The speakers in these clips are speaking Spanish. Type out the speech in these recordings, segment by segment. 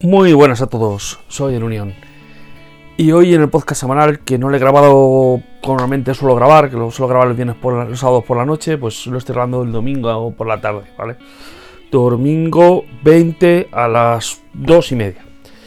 Muy buenas a todos, soy el Unión. Y hoy en el podcast semanal, que no lo he grabado como normalmente suelo grabar, que lo suelo grabar los sábados por la noche, pues lo estoy grabando el domingo por la tarde, ¿vale? Domingo 20 a las 2:30.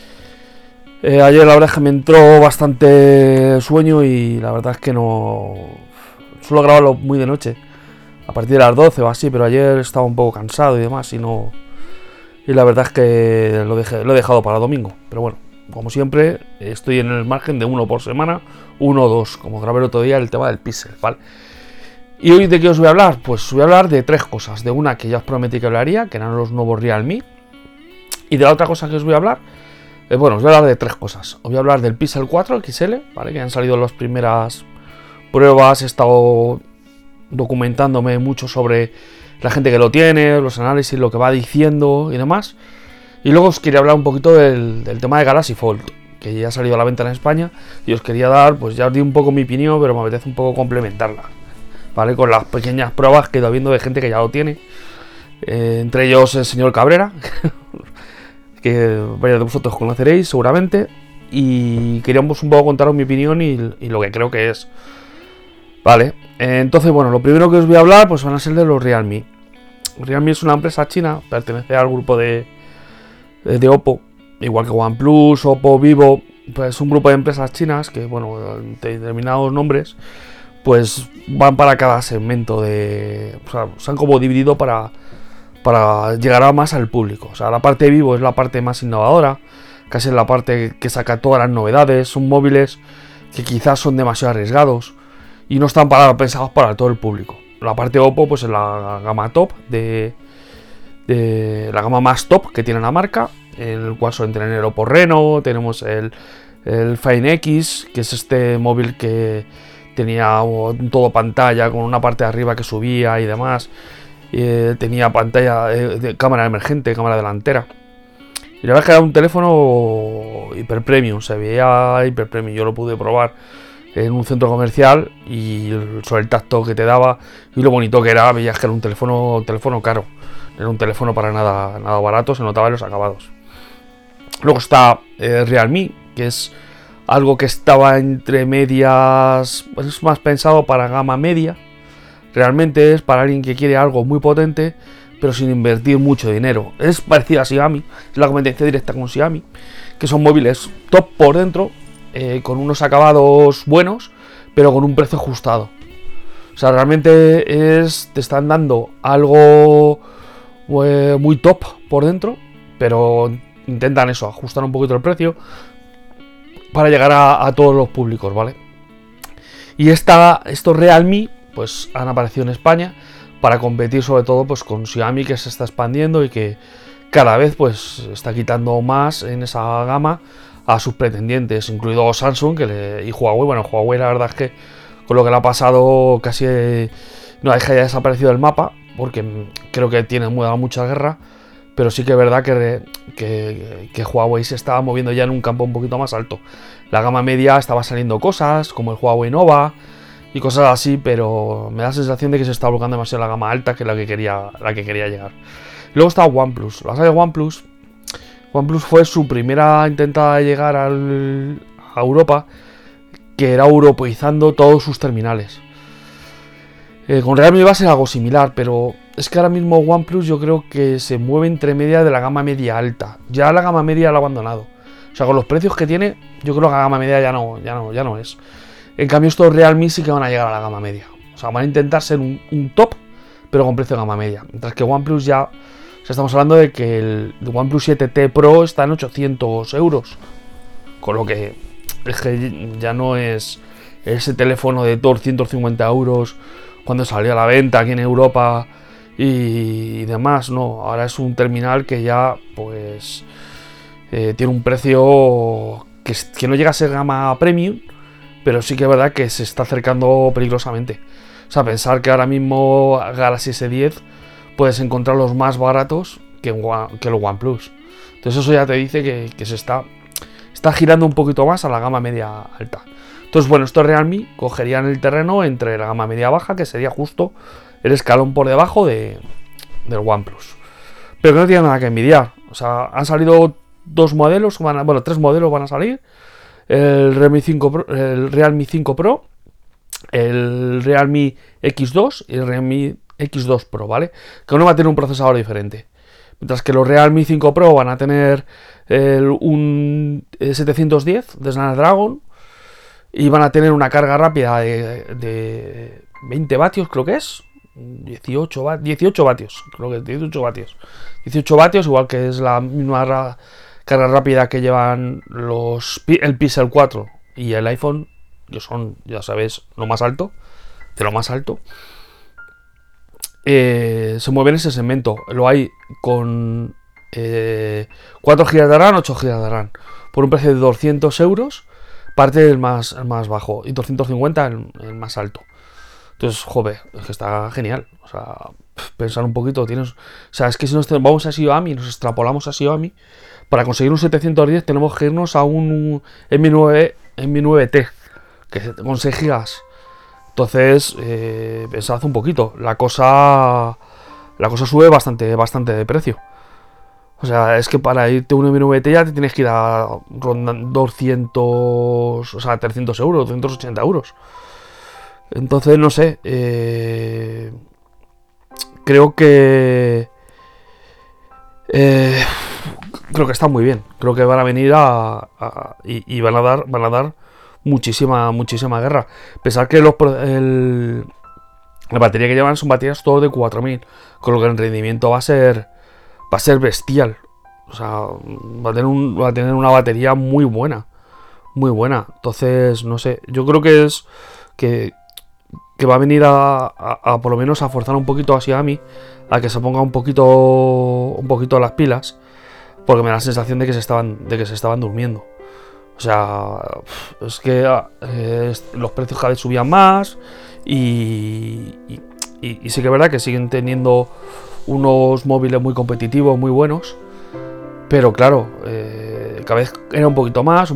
Ayer la verdad es que me entró bastante sueño y la verdad es que no... Suelo grabarlo muy de noche, a partir de las 12 o así, pero ayer estaba un poco cansado y demás y no... Y la verdad es que lo he dejado para domingo. Pero bueno, como siempre, estoy en el margen de uno por semana, uno o dos, como grabé el otro día el tema del pixel, ¿vale? ¿Y hoy de qué os voy a hablar? Pues os voy a hablar de tres cosas. De una que ya os prometí que hablaría, que eran los nuevos Realme. Y de la otra cosa que os voy a hablar, os voy a hablar de tres cosas. Os voy a hablar del Pixel 4 XL, ¿vale? Que han salido las primeras pruebas, he estado documentándome mucho sobre la gente que lo tiene, los análisis, lo que va diciendo y demás. Y luego os quería hablar un poquito del tema de Galaxy Fold, que ya ha salido a la venta en España. Y os quería dar, pues ya os di un poco mi opinión, pero me apetece un poco complementarla, ¿vale? Con las pequeñas pruebas que he ido viendo de gente que ya lo tiene. Entre ellos el señor Cabrera, que varios de vosotros conoceréis seguramente. Y queríamos un poco contaros mi opinión y lo que creo que es. Vale, entonces bueno, lo primero que os voy a hablar pues van a ser de los Realme. Realme es una empresa china, pertenece al grupo de Oppo, igual que OnePlus, Oppo, Vivo, pues es un grupo de empresas chinas que, bueno, de determinados nombres, pues van para cada segmento de... O sea, se han como dividido para llegar a más al público. O sea, la parte de Vivo es la parte más innovadora, casi es la parte que saca todas las novedades, son móviles que quizás son demasiado arriesgados y no están pensados para todo el público. La parte Oppo pues es la gama top de la gama más top que tiene la marca, en el cual suelen tener el Oppo Reno, tenemos el Find X, que es este móvil que tenía todo pantalla con una parte de arriba que subía y demás, tenía pantalla de cámara emergente, cámara delantera. Y la verdad es que era un teléfono hiper premium, se veía hiper premium, yo lo pude probar en un centro comercial y sobre el tacto que te daba y lo bonito que era, veías que era un teléfono caro, era un teléfono para nada barato, se notaba en los acabados. Luego está Realme, que es algo que estaba entre medias, pues es más pensado para gama media, realmente es para alguien que quiere algo muy potente pero sin invertir mucho dinero. Es parecido a Xiaomi, es la competencia directa con Xiaomi, que son móviles top por dentro, con unos acabados buenos, pero con un precio ajustado. O sea, realmente te están dando algo muy top por dentro, pero intentan eso, ajustar un poquito el precio para llegar a todos los públicos, ¿vale? Y estos Realme, pues han aparecido en España para competir sobre todo pues con Xiaomi, que se está expandiendo y que cada vez pues está quitando más en esa gama a sus pretendientes, incluido Samsung y Huawei. Bueno, Huawei la verdad es que con lo que le ha pasado casi no ha desaparecido del mapa, porque creo que tiene mucha guerra, pero sí que es verdad que Huawei se estaba moviendo ya en un campo un poquito más alto. La gama media estaba saliendo cosas como el Huawei Nova y cosas así, pero me da la sensación de que se está bloqueando demasiado la gama alta, que es la que quería llegar. Luego está OnePlus. La saga de OnePlus fue su primera intentada de llegar a Europa, que era europeizando todos sus terminales. Con Realme va a ser algo similar, pero es que ahora mismo OnePlus yo creo que se mueve entre media de la gama media alta. Ya la gama media la ha abandonado. O sea, con los precios que tiene, yo creo que la gama media ya no es. En cambio, estos Realme sí que van a llegar a la gama media. O sea, van a intentar ser un top, pero con precio de gama media. Mientras que OnePlus ya... O sea, estamos hablando de que el OnePlus 7T Pro está en 800 euros. Con lo que es que ya no es ese teléfono de 250 euros cuando salió a la venta aquí en Europa y demás, no. Ahora es un terminal que ya, pues, tiene un precio que no llega a ser gama premium, pero sí que es verdad que se está acercando peligrosamente. O sea, pensar que ahora mismo Galaxy S10 puedes encontrar los más baratos que los OnePlus. Entonces eso ya te dice que se está girando un poquito más a la gama media alta. Entonces, bueno, estos Realme cogerían el terreno entre la gama media baja, que sería justo el escalón por debajo del OnePlus. Pero que no tiene nada que envidiar. O sea, han salido dos modelos, bueno, tres modelos van a salir. El Realme 5 Pro, el Realme 5 Pro, el Realme X2 y el Realme X2 Pro, ¿vale? Que uno va a tener un procesador diferente. Mientras que los Realme 5 Pro van a tener un 710 de Snapdragon y van a tener una carga rápida de 20 vatios, creo que es. 18 vatios, creo que es 18 vatios. 18 vatios, igual que es la misma carga rápida que llevan el Pixel 4 y el iPhone, que son, ya sabéis, lo más alto, de lo más alto. Se mueve en ese segmento. Lo hay con 4 GB de RAM, 8 GB de RAM, por un precio de 200 euros, parte del más bajo, y 250 el más alto. Entonces, joder, es que está genial. O sea, pensar un poquito, o sea, es que si nos vamos a Xiaomi, nos extrapolamos a Xiaomi, para conseguir un 710 tenemos que irnos a un Mi 9T, que con 6 GB. Entonces, pensad un poquito, la cosa sube bastante de precio. O sea, es que para irte a un Mi 9T ya te tienes que ir a 200, o sea, 300 euros, 280 euros. Entonces, no sé, creo que está muy bien. Creo que van a venir y van a dar muchísima guerra. Pensar que la batería que llevan son baterías todo de 4000, con lo que el rendimiento va a ser bestial. O sea, va a tener una batería muy buena. Entonces, no sé, yo creo que es que va a venir a por lo menos a forzar un poquito a Xiaomi a que se ponga un poquito las pilas, porque me da la sensación de que se estaban durmiendo. O sea, es que los precios cada vez subían más y sí que es verdad que siguen teniendo unos móviles muy competitivos, muy buenos, pero claro, cada vez era un poquito más,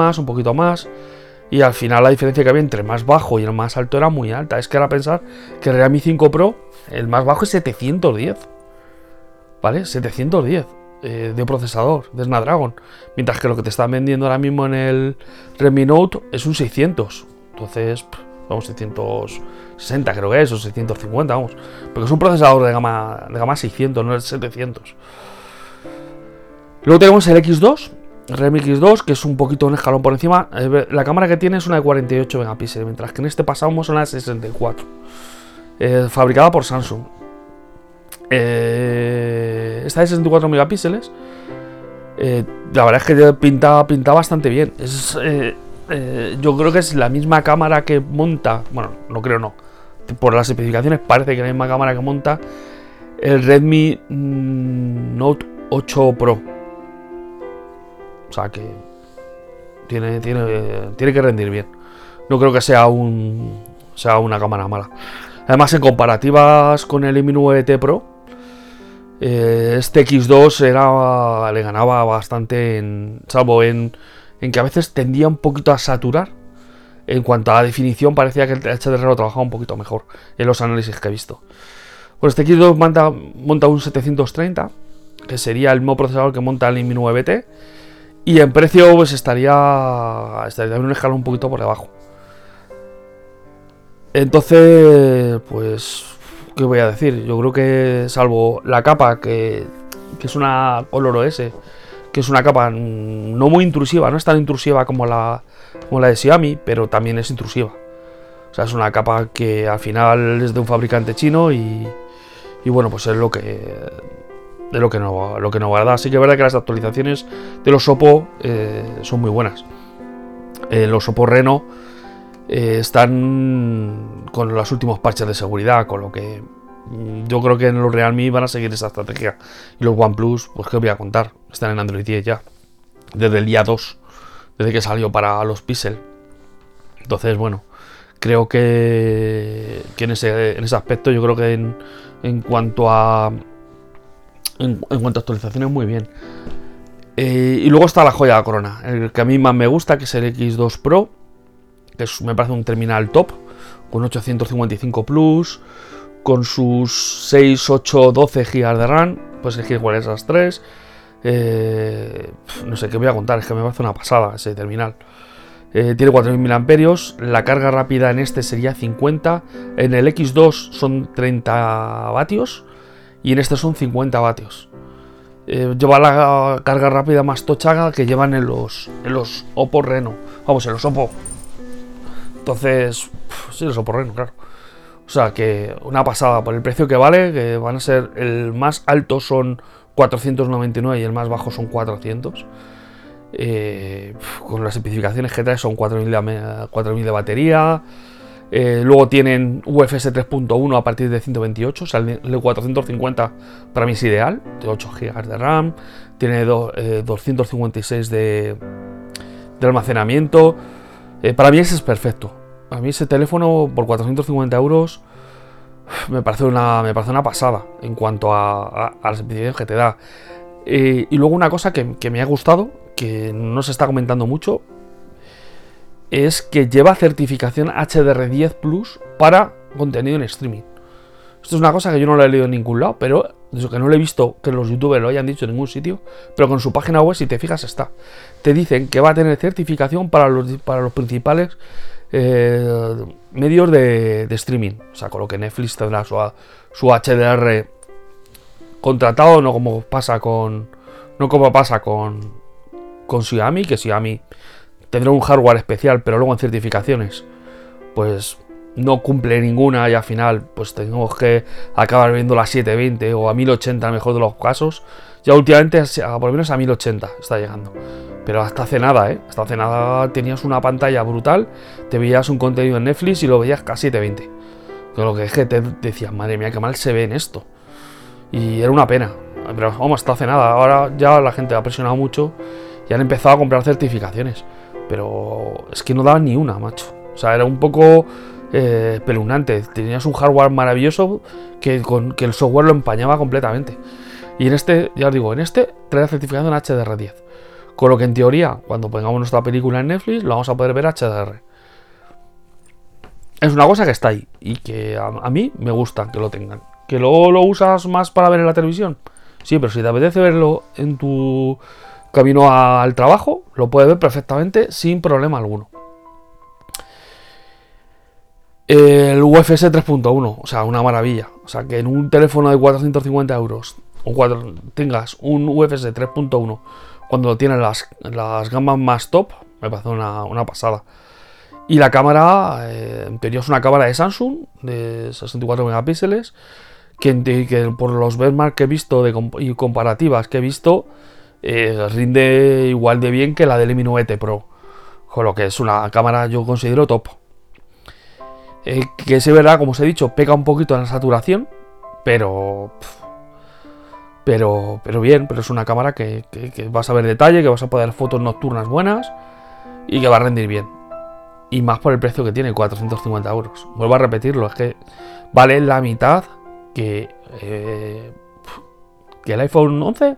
y al final la diferencia que había entre el más bajo y el más alto era muy alta. Es que ahora pensar que el Realme 5 Pro, el más bajo es 710, ¿vale? 710 de procesador, de Snapdragon, mientras que lo que te están vendiendo ahora mismo en el Redmi Note es un 600. Entonces, vamos, 660 creo que es, o 650, vamos, porque es un procesador de gama 600, no es 700. Luego tenemos el X2, el Redmi X2, que es un poquito un escalón por encima. La cámara que tiene es una de 48 megapíxeles, mientras que en este pasamos a una de 64, fabricada por Samsung. Esta de 64 megapíxeles, la verdad es que pinta bastante bien. Yo creo que es la misma cámara que monta, bueno, no creo, no, por las especificaciones parece que es la misma cámara que monta el Redmi Note 8 Pro. O sea que tiene que rendir bien. No creo que sea una cámara mala. Además, en comparativas con el Mi 9T Pro, este X2 le ganaba bastante, salvo en que a veces tendía un poquito a saturar. En cuanto a la definición, parecía que el HDR lo trabajaba un poquito mejor en los análisis que he visto. Pues este X2 monta un 730, que sería el mismo procesador que monta el Mi 9T. Y en precio pues estaría en un escalón un poquito por debajo. Entonces, pues, ¿qué voy a decir? Yo creo que, salvo la capa, que es una Color OS, que es una capa no muy intrusiva, no es tan intrusiva como la de Xiaomi, pero también es intrusiva. O sea, es una capa que al final es de un fabricante chino y bueno, pues es lo que no va a dar. Sí que es verdad que las actualizaciones de los Oppo son muy buenas. Los Oppo Reno están con los últimos parches de seguridad, con lo que yo creo que en los Realme van a seguir esa estrategia. Y los OnePlus, pues qué os voy a contar, están en Android 10 ya, desde el día 2, desde que salió para los Pixel. Entonces, bueno, creo que en ese aspecto, yo creo que en cuanto a actualizaciones, muy bien. Y luego está la joya de la corona, el que a mí más me gusta, que es el X2 Pro, que me parece un terminal top, con 855 Plus, con sus 6, 8, 12 GB de RAM, puedes elegir cuál de esas tres. No sé qué voy a contar, es que me parece una pasada ese terminal. Tiene 4000 mAh, la carga rápida en este sería 50, en el X2 son 30 vatios y en este son 50 vatios. Lleva la carga rápida más tochaga que llevan en los Oppo Reno, vamos, en los Oppo. Entonces, sí, los Oppo Reno, claro. O sea que una pasada por el precio que vale, que van a ser, el más alto son 499 y el más bajo son 400. Con las especificaciones que trae son 4000 de batería. Luego tienen UFS 3.1 a partir de 128, o sea, el 450 para mí es ideal, de 8 GB de RAM, tiene 256 de almacenamiento. Para mí ese es perfecto. A mí ese teléfono por 450 euros me parece una pasada en cuanto a las especificaciones que te da. Y luego una cosa que me ha gustado, que no se está comentando mucho, es que lleva certificación HDR10 Plus para contenido en streaming. Esto es una cosa que yo no lo he leído en ningún lado, pero desde que no lo he visto que los youtubers lo hayan dicho en ningún sitio, pero con su página web, si te fijas, está. Te dicen que va a tener certificación para los principales medios de streaming. O sea, con lo que Netflix tendrá su HDR contratado, no como pasa con Xiaomi, que Xiaomi tendrá un hardware especial, pero luego en certificaciones pues no cumple ninguna y al final pues tenemos que acabar viendo la 720 o a 1080 en el mejor de los casos. Ya últimamente por lo menos a 1080 está llegando, pero hasta hace nada tenías una pantalla brutal, te veías un contenido en Netflix y lo veías a 720, con lo que es que te decías, madre mía, qué mal se ve en esto, y era una pena. Pero vamos, hasta hace nada, ahora ya la gente ha presionado mucho y han empezado a comprar certificaciones, pero es que no daban ni una, macho. O sea, era un poco espeluznante. Tenías un hardware maravilloso que el software lo empañaba completamente. Y en este, ya os digo, trae certificación HDR10. Con lo que en teoría, cuando pongamos nuestra película en Netflix, lo vamos a poder ver HDR. Es una cosa que está ahí y que a mí me gusta que lo tengan. ¿Que luego lo usas más para ver en la televisión? Sí, pero si te apetece verlo en tu camino al trabajo, lo puedes ver perfectamente sin problema alguno. El UFS 3.1, o sea, una maravilla. O sea, que en un teléfono de 450 euros tengas un UFS 3.1 cuando lo tienen las gamas más top, me parece una pasada. Y la cámara, en teoría es una cámara de Samsung de 64 megapíxeles, que por los benchmarks que he visto y comparativas que he visto, rinde igual de bien que la del Mi 9T Pro, con lo que es una cámara yo considero top. Que es verdad, como os he dicho, peca un poquito en la saturación, pero bien, pero es una cámara que vas a ver detalle, que vas a poder hacer fotos nocturnas buenas y que va a rendir bien. Y más por el precio que tiene, 450 euros. Vuelvo a repetirlo, es que vale la mitad que el iPhone 11,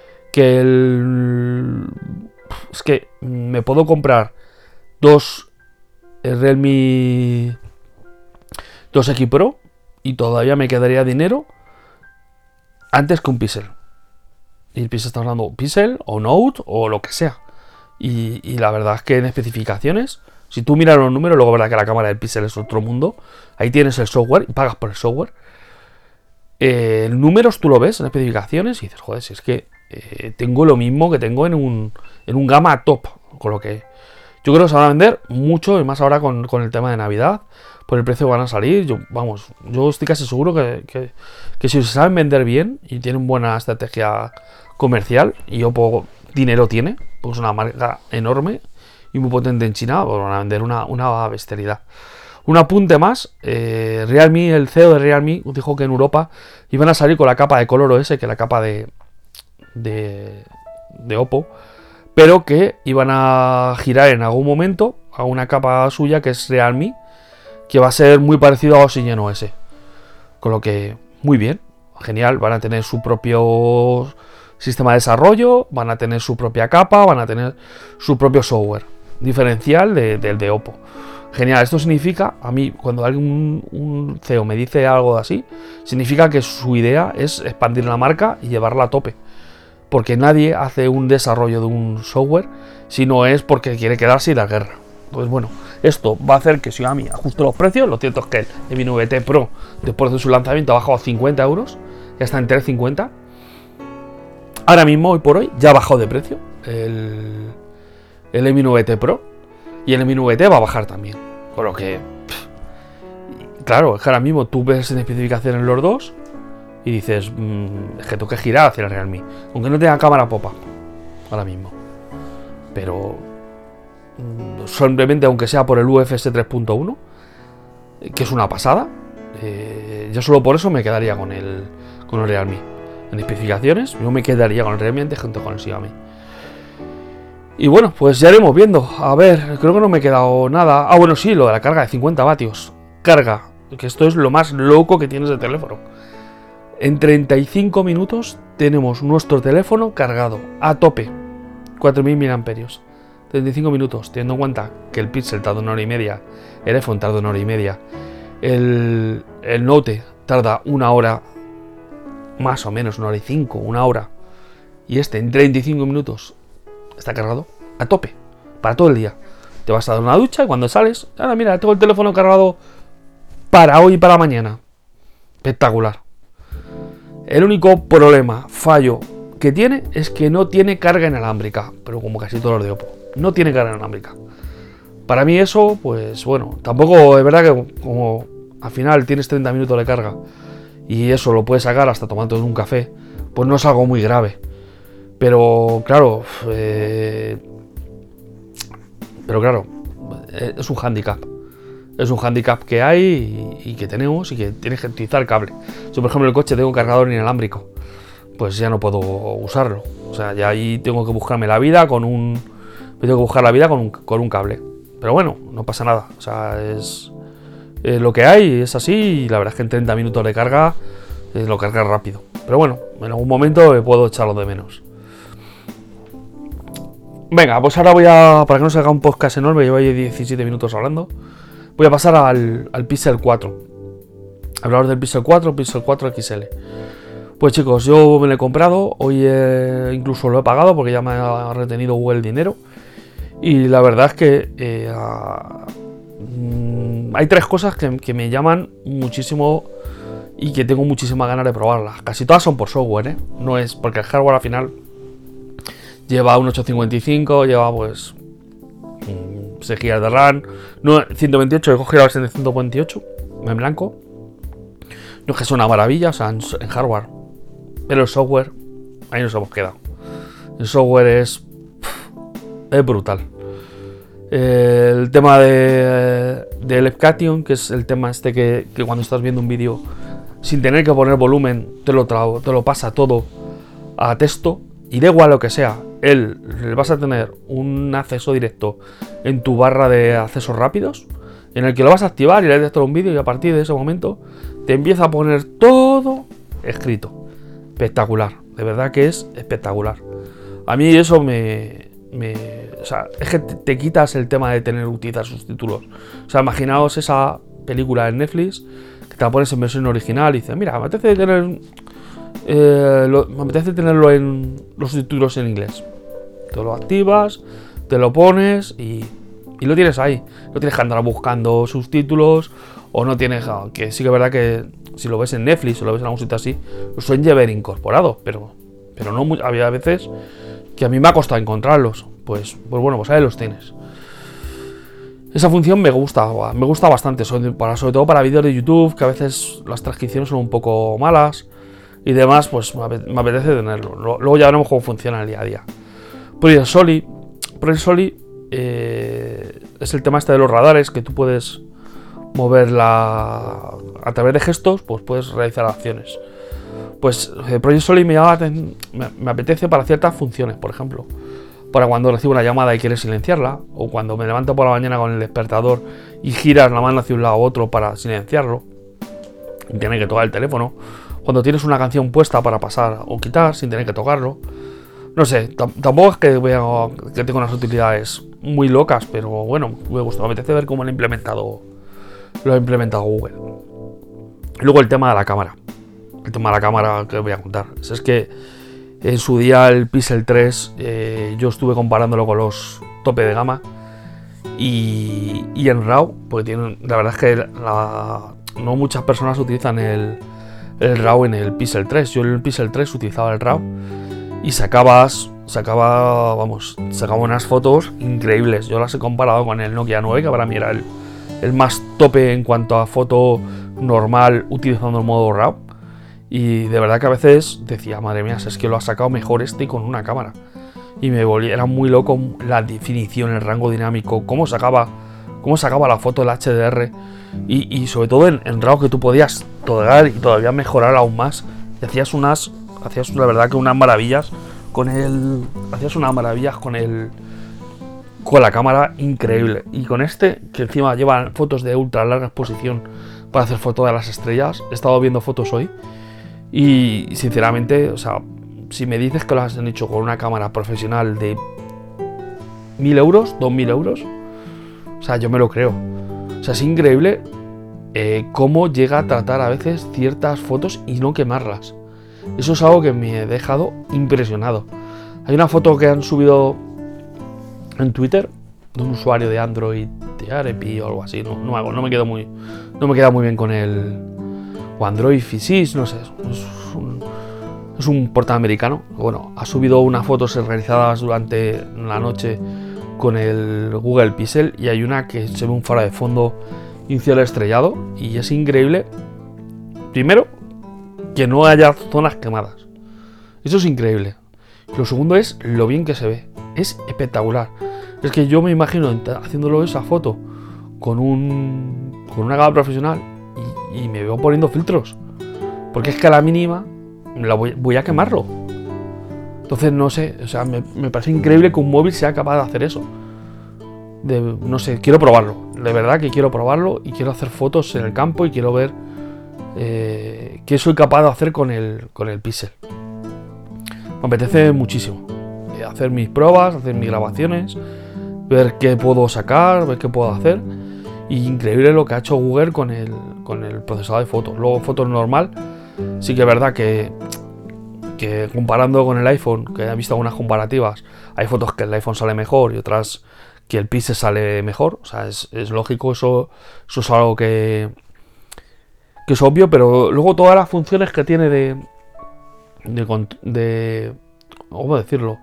es que me puedo comprar dos Realme 2X Pro y todavía me quedaría dinero antes que un Pixel. Y el Pixel está hablando Pixel o Note o lo que sea. Y la verdad es que en especificaciones, si tú miras los números, luego verdad que la cámara del Pixel es otro mundo. Ahí tienes el software y pagas por el software. Números tú lo ves en especificaciones y dices, joder, si es que tengo lo mismo que tengo en un gama top. Con lo que yo creo que se van a vender mucho, y más ahora con el tema de Navidad. Por el precio que van a salir, yo estoy casi seguro que si se saben vender bien y tienen buena estrategia comercial, y Oppo dinero tiene, pues es una marca enorme y muy potente en China, pues van a vender una bestialidad. Un apunte más, Realme, el CEO de Realme dijo que en Europa iban a salir con la capa de color OS, que es la capa de Oppo, pero que iban a girar en algún momento a una capa suya que es Realme, que va a ser muy parecido a Oxygen OS. Con lo que, muy bien, genial, van a tener su propio sistema de desarrollo, van a tener su propia capa, van a tener su propio software, diferencial del de Oppo. Genial, esto significa, a mí, cuando alguien, un CEO me dice algo así, significa que su idea es expandir la marca y llevarla a tope. porque nadie hace un desarrollo de un software si no es porque quiere quedarse y dar guerra. Pues bueno, esto va a hacer que Xiaomi ajuste los precios. Lo cierto es que el Mi 9T Pro, después de su lanzamiento, ha bajado a 50 euros, ya está en 350. Ahora mismo, hoy por hoy, ya ha bajado de precio el Mi 9T Pro, y el Mi 9T va a bajar también, con lo que, claro, es que ahora mismo tú ves en especificaciones los dos y dices, es que tengo que girar hacia el Realme, aunque no tenga cámara pop-up ahora mismo, pero simplemente, aunque sea por el UFS 3.1, que es una pasada, yo solo por eso me quedaría con el Realme. En especificaciones, yo me quedaría con el Realme antes junto con el Xiaomi. Y bueno, pues ya iremos viendo. A ver, creo que no me he quedado nada. Ah, bueno, sí, lo de la carga de 50 vatios. Carga, que esto es lo más loco que tienes de teléfono. En 35 minutos tenemos nuestro teléfono cargado a tope. 4000 mAh. 35 minutos, teniendo en cuenta que el Pixel tarda 1 hora y media, el iPhone tarda 1 hora y media, el Note tarda 1 hora, más o menos 1 hora y 5, 1 hora, y este en 35 minutos está cargado a tope, para todo el día. Te vas a dar una ducha y cuando sales, ahora mira, tengo el teléfono cargado para hoy y para mañana. Espectacular. El único problema, fallo que tiene es que no tiene carga inalámbrica, pero como casi todos los de Oppo, no tiene carga inalámbrica. Para mí eso, pues bueno, tampoco es verdad que como al final tienes 30 minutos de carga y eso lo puedes sacar hasta tomando un café, pues no es algo muy grave. Pero claro, es un hándicap. Es un hándicap que hay y que tenemos y que tienes que utilizar cable. Yo, por ejemplo, en el coche tengo cargador inalámbrico, pues ya no puedo usarlo. O sea, ya ahí tengo que buscarme la vida con un cable. Pero bueno, no pasa nada. O sea, es lo que hay, es así. Y la verdad es que en 30 minutos de carga lo cargas rápido. Pero bueno, en algún momento puedo echarlo de menos. Venga, pues ahora para que no se haga un podcast enorme, llevo ahí 17 minutos hablando, voy a pasar al Pixel 4. Hablaros del Pixel 4 XL. Pues chicos, yo me lo he comprado, hoy incluso lo he pagado porque ya me ha retenido Google el dinero. Y la verdad es que hay 3 cosas que me llaman muchísimo y que tengo muchísimas ganas de probarlas. Casi todas son por software, no es porque el hardware al final lleva un 855, lleva pues 6 GB de RAM, no 128, he cogido la versión de 128 en blanco. No es que sea una maravilla, o sea, en hardware, pero el software, ahí nos hemos quedado. El software es brutal. El tema del Epcation, que es el tema este que cuando estás viendo un vídeo sin tener que poner volumen te lo pasa todo a texto, y da igual lo que sea, vas a tener un acceso directo en tu barra de accesos rápidos, en el que lo vas a activar y le das todo un vídeo, y a partir de ese momento te empieza a poner todo escrito. Espectacular, de verdad que es espectacular. A mí eso o sea, es que te quitas el tema de tener que utilizar subtítulos. O sea, imaginaos esa película en Netflix que te la pones en versión original y dices, mira, me apetece tenerlo en los subtítulos en inglés. Te lo activas, te lo pones y lo tienes ahí. No tienes que andar buscando subtítulos, o no tienes, que sí que es verdad que si lo ves en Netflix o lo ves en algún sitio así, lo suelen llevar incorporado, pero no, había veces que a mí me ha costado encontrarlos. Pues bueno, pues ahí los tienes. Esa función me gusta bastante, sobre todo para vídeos de YouTube, que a veces las transcripciones son un poco malas y demás, pues me apetece tenerlo. Luego ya veremos cómo funciona el día a día. Project Soli es el tema este de los radares, que tú puedes moverla a través de gestos, pues puedes realizar acciones. Pues Project Soli me apetece para ciertas funciones, por ejemplo, para cuando recibo una llamada y quieres silenciarla, o cuando me levanto por la mañana con el despertador y giras la mano hacia un lado u otro para silenciarlo, sin tener que tocar el teléfono, cuando tienes una canción puesta para pasar o quitar sin tener que tocarlo. No sé, tampoco es que tenga unas utilidades muy locas, pero bueno, me gusta, me apetece ver cómo lo ha implementado Google. Y luego el tema de la cámara. El tema de la cámara que voy a contar. Es que En su día el Pixel 3 yo estuve comparándolo con los tope de gama y en RAW, porque la verdad es que no muchas personas utilizan el RAW en el Pixel 3. Yo en el Pixel 3 utilizaba el RAW y sacaba unas fotos increíbles. Yo las he comparado con el Nokia 9, que para mí era el más tope en cuanto a foto normal utilizando el modo RAW. Y de verdad que a veces decía, madre mía, es que lo ha sacado mejor este con una cámara. Y era muy loco la definición, el rango dinámico, cómo sacaba la foto del HDR. Y sobre todo en RAW, que tú podías tocar y todavía mejorar aún más. Y hacías la verdad que unas maravillas con la cámara increíble. Y con este, que encima lleva fotos de ultra larga exposición para hacer fotos de las estrellas, he estado viendo fotos hoy. Y sinceramente, o sea, si me dices que lo has hecho con una cámara profesional de 1.000 euros, 2.000 euros, o sea, yo me lo creo. O sea, es increíble cómo llega a tratar a veces ciertas fotos y no quemarlas. Eso es algo que me ha dejado impresionado. Hay una foto que han subido en Twitter de un usuario de Android, de Arepi o algo así. No me queda muy bien con el... o Android Physis, no sé, es un portal americano. Bueno, ha subido unas fotos realizadas durante la noche con el Google Pixel y hay una que se ve un faro de fondo y un cielo estrellado y es increíble. Primero, que no haya zonas quemadas. Eso es increíble. Lo segundo es lo bien que se ve. Es espectacular. Es que yo me imagino haciéndolo esa foto con una cámara profesional y me veo poniendo filtros, porque es que a la mínima voy a quemarlo. Entonces no sé, o sea, me parece increíble que un móvil sea capaz de hacer eso. No sé, quiero probarlo, de verdad que quiero probarlo y quiero hacer fotos en el campo y quiero ver qué soy capaz de hacer con el Pixel. Me apetece muchísimo hacer mis pruebas, hacer mis grabaciones, ver qué puedo sacar, ver qué puedo hacer. Y increíble lo que ha hecho Google con el procesador de fotos. Luego fotos normal, sí que es verdad que comparando con el iPhone, que he visto algunas comparativas, hay fotos que el iPhone sale mejor y otras que el Pixel sale mejor. O sea, es lógico, eso es algo que es obvio, pero luego todas las funciones que tiene ¿cómo decirlo?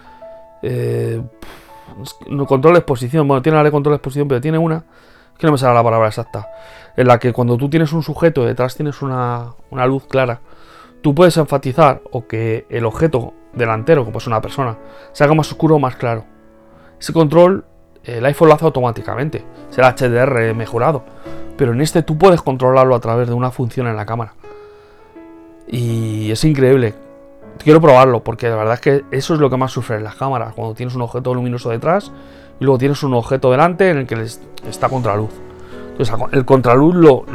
Control de exposición. Bueno, tiene la de control de exposición, pero tiene una, que no me sale la palabra exacta, en la que cuando tú tienes un sujeto y detrás tienes una luz clara, tú puedes enfatizar o que el objeto delantero, como es una persona, se haga más oscuro o más claro. Ese control el iPhone lo hace automáticamente, será HDR mejorado, pero en este tú puedes controlarlo a través de una función en la cámara. Y es increíble. Quiero probarlo, porque la verdad es que eso es lo que más sufre en las cámaras, cuando tienes un objeto luminoso detrás y luego tienes un objeto delante en el que está contraluz. Entonces el contraluz lo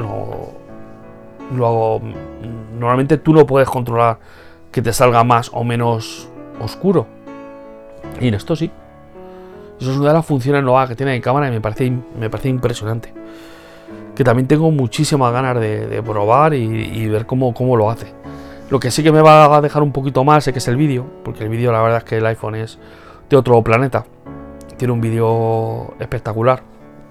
hago. Normalmente tú no puedes controlar que te salga más o menos oscuro, y en esto sí. Eso es una de las funciones nuevas que tiene de cámara y me parece impresionante, que también tengo muchísimas ganas de probar y ver cómo lo hace. Lo que sí que me va a dejar un poquito más es que es el vídeo, porque el vídeo, la verdad es que el iPhone es de otro planeta. Tiene un vídeo espectacular.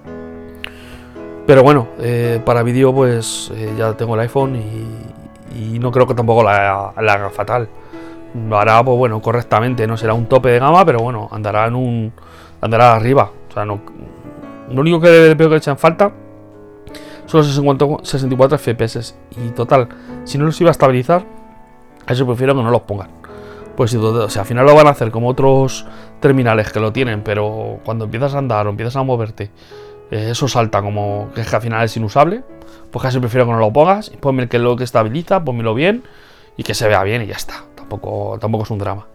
Pero bueno, para vídeo pues ya tengo el iPhone y no creo que tampoco la haga fatal. Lo hará, pues bueno, correctamente. No será un tope de gama, pero bueno, andará arriba. O sea, no, lo único que veo que echan falta son los 64 FPS. Y total, si no los iba a estabilizar, a eso prefiero que no los pongan. Pues o sea, al final lo van a hacer como otros terminales que lo tienen, pero cuando empiezas a andar o empiezas a moverte, eso salta como que al final es inusable. Pues casi prefiero que no lo pongas. Ponme lo que estabiliza, ponmelo bien y que se vea bien y ya está. Tampoco es un drama.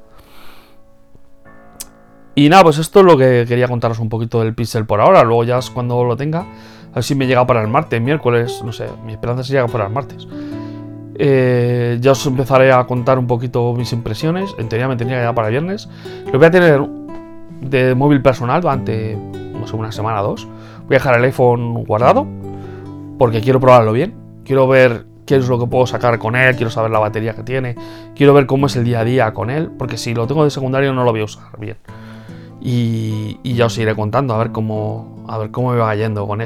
Y nada, pues esto es lo que quería contaros un poquito del Pixel por ahora. Luego ya cuando lo tenga, a ver si me llega para el martes, miércoles, no sé. Mi esperanza es que llega para el martes. Ya os empezaré a contar un poquito mis impresiones. En teoría me tendría que llegar para el viernes. Lo voy a tener de móvil personal durante, no sé, una semana o dos. Voy a dejar el iPhone guardado porque quiero probarlo bien. Quiero ver qué es lo que puedo sacar con él, quiero saber la batería que tiene, quiero ver cómo es el día a día con él, porque si lo tengo de secundario no lo voy a usar bien. Y ya os iré contando a ver cómo me va yendo con él.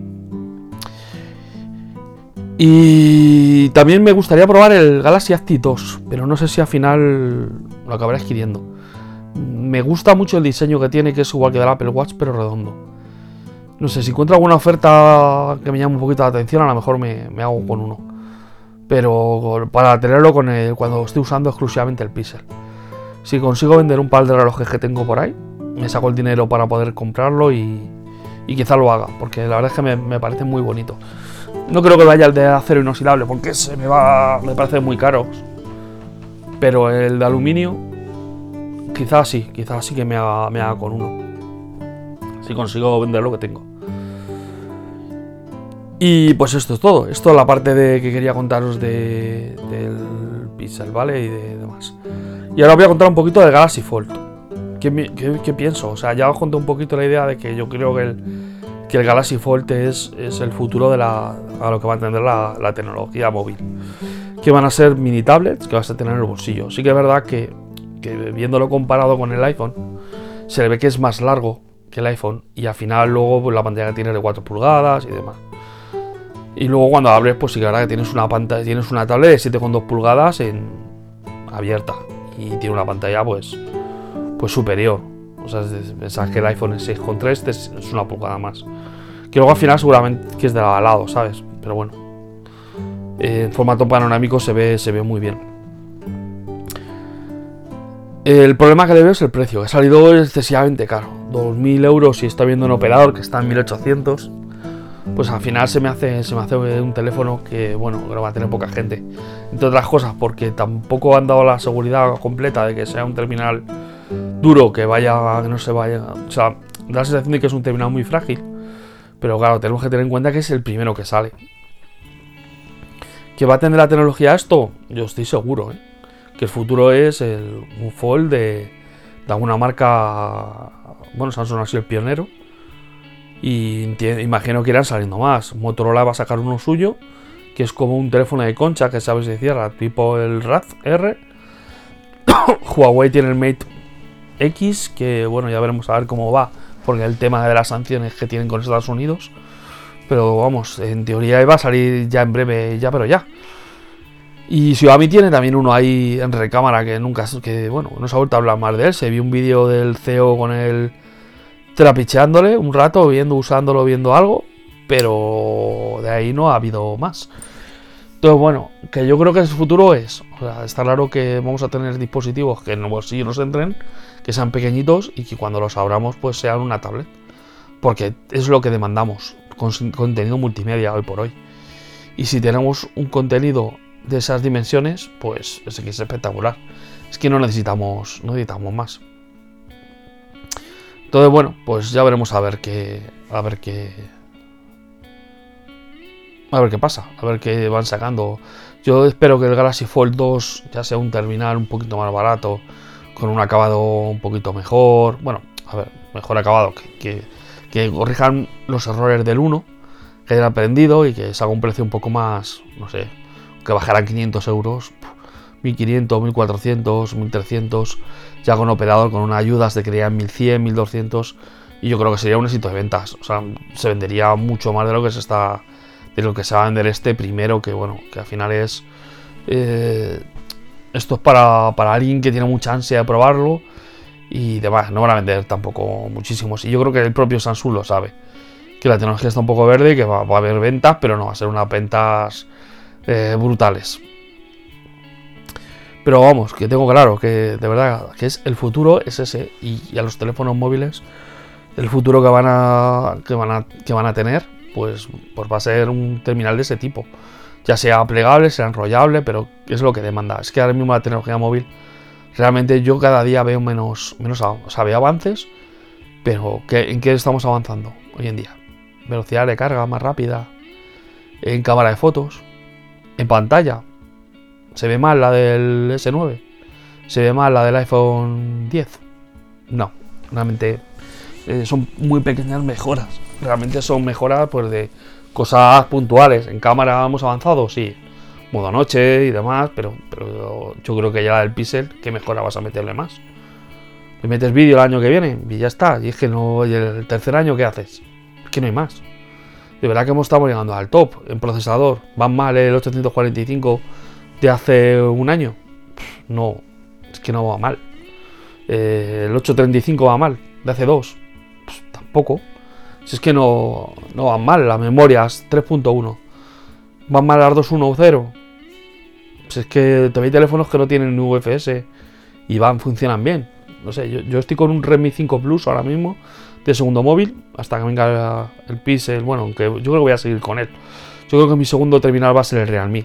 Y también me gustaría probar el Galaxy Active 2, pero no sé si al final lo acabaré adquiriendo. Me gusta mucho el diseño que tiene, que es igual que del Apple Watch, pero redondo. No sé, si encuentro alguna oferta que me llame un poquito la atención, a lo mejor me hago con uno. Pero para tenerlo cuando esté usando exclusivamente el Pixel. Si consigo vender un par de relojes que tengo por ahí, me saco el dinero para poder comprarlo y quizá lo haga, porque la verdad es que me parece muy bonito. No creo que vaya el de acero inoxidable, porque me parece muy caro. Pero el de aluminio, quizás sí que me haga con uno. Si consigo vender lo que tengo. Y pues esto es todo. Esto es la parte que quería contaros del Pixel, ¿vale? Y de demás. Y ahora os voy a contar un poquito del Galaxy Fold. ¿Qué pienso? O sea, ya os conté un poquito la idea de que yo creo que el Galaxy Fold es el futuro a lo que va a tener la tecnología móvil. Que van a ser mini tablets que vas a tener en el bolsillo. Sí que es verdad que viéndolo comparado con el iPhone, se le ve que es más largo que el iPhone. Y al final luego pues, la pantalla que tiene de 4 pulgadas y demás. Y luego cuando abres, pues sí que la verdad que tienes una tablet de 7,2 pulgadas abierta. Y tiene una pantalla pues superior. O sea, pensás que el iPhone es 6,3, es una pulgada más. Que luego al final seguramente que es de lado a lado, ¿sabes? Pero bueno. En formato panorámico se ve muy bien. El problema que le veo es el precio, que ha salido excesivamente caro. 2.000 euros si está viendo un operador que está en 1.800. Pues al final se me hace un teléfono que, bueno, que lo va a tener poca gente. Entre otras cosas, porque tampoco han dado la seguridad completa de que sea un terminal duro, que no se vaya. O sea, da la sensación de que es un terminal muy frágil. Pero claro, tenemos que tener en cuenta que es el primero que sale. ¿Que va a tener la tecnología esto? Yo estoy seguro, que el futuro es un Fold de alguna marca. Bueno, Samsung ha sido el pionero. Y imagino que irán saliendo más. Motorola va a sacar uno suyo, que es como un teléfono de concha que sabes se cierra, tipo el Razr R. Huawei tiene el Mate X, que bueno, ya veremos a ver cómo va, porque el tema de las sanciones que tienen con Estados Unidos. Pero vamos, en teoría iba a salir ya en breve, pero ya. Y Xiaomi tiene también uno ahí en recámara que no se ha vuelto a hablar más de él. Se vio un vídeo del CEO con él trapicheándole un rato, usándolo, viendo algo, pero de ahí no ha habido más. Entonces, bueno, que yo creo que el futuro está claro que vamos a tener dispositivos que en el bolsillo nos entren, que sean pequeñitos y que cuando los abramos pues sean una tablet, porque es lo que demandamos, contenido multimedia hoy por hoy. Y si tenemos un contenido de esas dimensiones, pues es que es espectacular. Es que no necesitamos más. Entonces, bueno, pues ya veremos a ver qué pasa, a ver qué van sacando. Yo espero que el Galaxy Fold 2 ya sea un terminal un poquito más barato, con un acabado un poquito mejor. Bueno, a ver, mejor acabado, que corrijan los errores del 1, que hayan aprendido y que salga un precio un poco más, no sé, que bajarán 500 euros, 1500, 1400, 1300, ya con operador, con unas ayudas de que irían 1100, 1200, y yo creo que sería un éxito de ventas. O sea, se vendería mucho más de lo que se va a vender primero, que bueno, que al final es esto es para alguien que tiene mucha ansia de probarlo y demás. No van a vender tampoco muchísimos, y yo creo que el propio Samsung lo sabe, que la tecnología está un poco verde, que va a haber ventas, pero no va a ser unas ventas brutales. Pero vamos, que tengo claro que de verdad que es el futuro, es ese, y a los teléfonos móviles el futuro que van a tener, pues va a ser un terminal de ese tipo, ya sea plegable, sea enrollable, pero es lo que demanda. Es que ahora mismo la tecnología móvil, realmente yo cada día veo menos, o sea, veo avances, pero ¿en qué estamos avanzando hoy en día? Velocidad de carga más rápida, en cámara de fotos, en pantalla. ¿Se ve mal la del S9? ¿Se ve mal la del iPhone 10? No, realmente son muy pequeñas mejoras. Realmente son mejoras pues de cosas puntuales. ¿En cámara hemos avanzado? Sí. modo noche y demás, pero yo creo que ya el Pixel, ¿qué mejora vas a meterle más? Le metes vídeo el año que viene y ya está. Y es que no, y el tercer año, ¿qué haces? Es que no hay más. De verdad que estamos llegando al top en procesador. ¿Va mal el 845 de hace un año? No, es que no va mal. El 835 va mal, de hace dos. Pues tampoco. Si es que no van mal. Las memorias 3.1. ¿Van mal las 2.1.0? Pues es que todavía hay teléfonos que no tienen UFS y funcionan bien. No sé, yo estoy con un Redmi 5 Plus ahora mismo de segundo móvil, hasta que venga el Pixel. Bueno, aunque yo creo que voy a seguir con él. Yo creo que mi segundo terminal va a ser el Realme.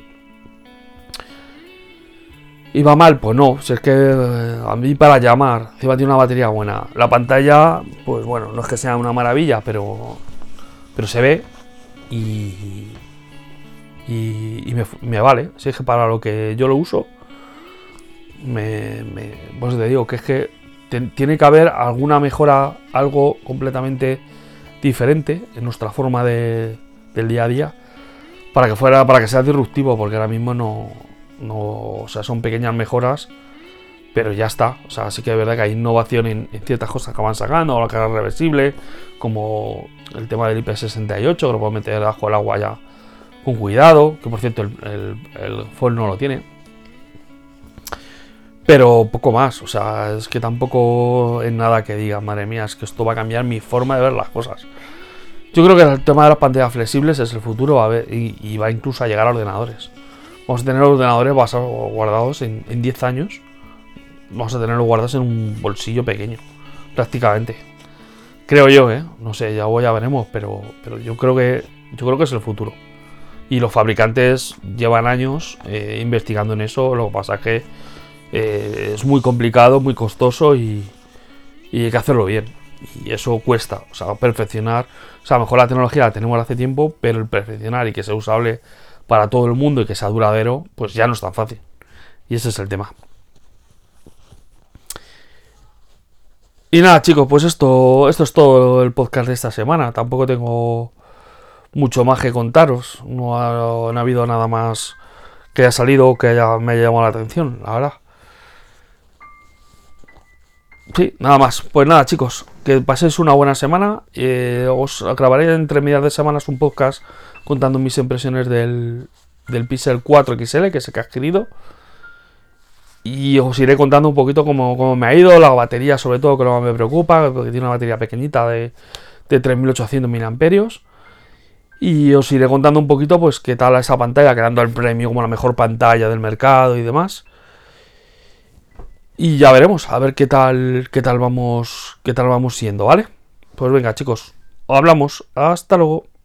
¿Y va mal? Pues no, si es que a mí para llamar, encima tiene una batería buena. La pantalla, pues bueno, no es que sea una maravilla, pero se ve y me vale. Si es que para lo que yo lo uso, pues te digo que es que tiene que haber alguna mejora, algo completamente diferente en nuestra forma del día a día para que sea disruptivo, porque ahora mismo no, o sea, son pequeñas mejoras, pero ya está. O sea, sí que es verdad que hay innovación en ciertas cosas que van sacando, o la carga reversible, como el tema del IP68, que lo puedo meter bajo el agua ya con cuidado, que por cierto el Fold no lo tiene. Pero poco más, o sea, es que tampoco es nada que diga, madre mía, es que esto va a cambiar mi forma de ver las cosas. Yo creo que el tema de las pantallas flexibles es el futuro, va a ver, y va incluso a llegar a ordenadores. Vamos a tener ordenadores guardados en 10 años. Vamos a tenerlos guardados en un bolsillo pequeño, prácticamente. Creo yo, no sé, ya veremos, pero yo creo que es el futuro. Y los fabricantes llevan años investigando en eso. Lo que pasa es que es muy complicado, muy costoso y hay que hacerlo bien. Y eso cuesta, o sea, perfeccionar. O sea, a lo mejor la tecnología la tenemos hace tiempo, pero el perfeccionar y que sea usable para todo el mundo y que sea duradero, pues ya no es tan fácil. Y ese es el tema. Y nada, chicos, pues esto es todo el podcast de esta semana. Tampoco tengo mucho más que contaros. No ha habido nada más que haya salido o que me haya llamado la atención, la verdad. Sí, nada más. Pues nada, chicos, que paséis una buena semana. Os grabaré entre medias de semanas un podcast contando mis impresiones del Pixel 4 XL, que es el que he adquirido. Y os iré contando un poquito cómo me ha ido, la batería sobre todo, que lo que me preocupa, porque tiene una batería pequeñita de 3800 mAh. Y os iré contando un poquito pues qué tal esa pantalla, quedando el premio como la mejor pantalla del mercado y demás. Y ya veremos, a ver qué tal vamos siendo, ¿vale? Pues venga, chicos, os hablamos, hasta luego.